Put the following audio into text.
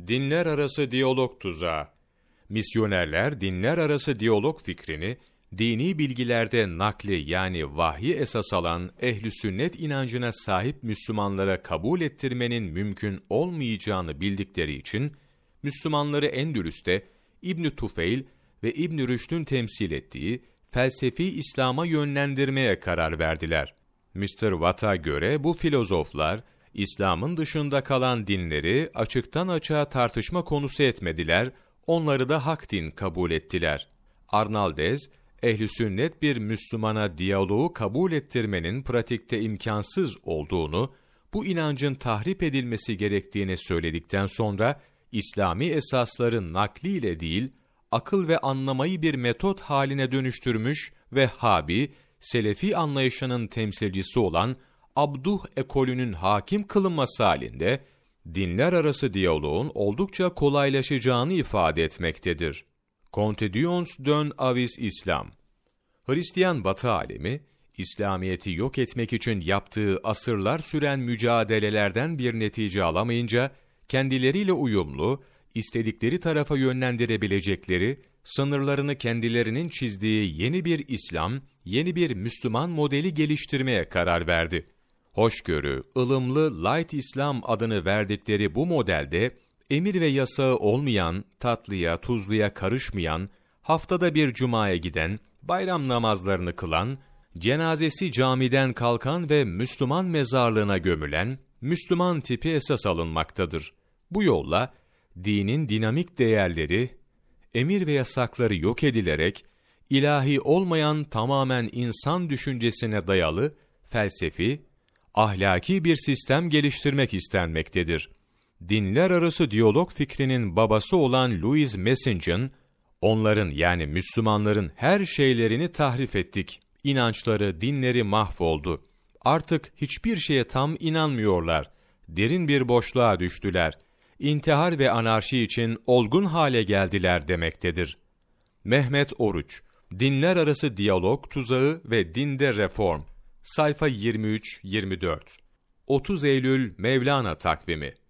Dinler arası diyalog tuzağı. Misyonerler dinler arası diyalog fikrini, dini bilgilerde nakli yani vahyi esas alan ehl-i sünnet inancına sahip Müslümanlara kabul ettirmenin mümkün olmayacağını bildikleri için, Müslümanları Endülüs'te İbn Tufeyl ve İbn Rüşd'ün temsil ettiği felsefi İslam'a yönlendirmeye karar verdiler. Mr. Watt'a göre bu filozoflar, İslam'ın dışında kalan dinleri açıktan açığa tartışma konusu etmediler, onları da hak din kabul ettiler. Arnaldez, ehl-i sünnet bir Müslümana diyaloğu kabul ettirmenin pratikte imkansız olduğunu, bu inancın tahrip edilmesi gerektiğini söyledikten sonra, İslami esasların nakliyle değil, akıl ve anlamayı bir metot haline dönüştürmüş Vehhabi, Selefi anlayışının temsilcisi olan Abduh ekolünün hakim kılınması halinde, dinler arası diyaloğun oldukça kolaylaşacağını ifade etmektedir. Continuons d'un avis Islam. Hristiyan Batı alemi, İslamiyet'i yok etmek için yaptığı asırlar süren mücadelelerden bir netice alamayınca, kendileriyle uyumlu, istedikleri tarafa yönlendirebilecekleri, sınırlarını kendilerinin çizdiği yeni bir İslam, yeni bir Müslüman modeli geliştirmeye karar verdi. Hoşgörü, ılımlı Light İslam adını verdikleri bu modelde, emir ve yasağı olmayan, tatlıya, tuzluya karışmayan, haftada bir cumaya giden, bayram namazlarını kılan, cenazesi camiden kalkan ve Müslüman mezarlığına gömülen, Müslüman tipi esas alınmaktadır. Bu yolla, dinin dinamik değerleri, emir ve yasakları yok edilerek, ilahi olmayan tamamen insan düşüncesine dayalı, felsefi, ahlaki bir sistem geliştirmek istenmektedir. Dinler arası diyalog fikrinin babası olan Louis Massignon, onların yani Müslümanların her şeylerini tahrif ettik, inançları, dinleri mahvoldu. Artık hiçbir şeye tam inanmıyorlar, derin bir boşluğa düştüler, intihar ve anarşi için olgun hale geldiler demektedir. Mehmet Oruç, Dinler arası diyalog tuzağı ve dinde reform, sayfa 23-24, 30 Eylül Mevlana takvimi.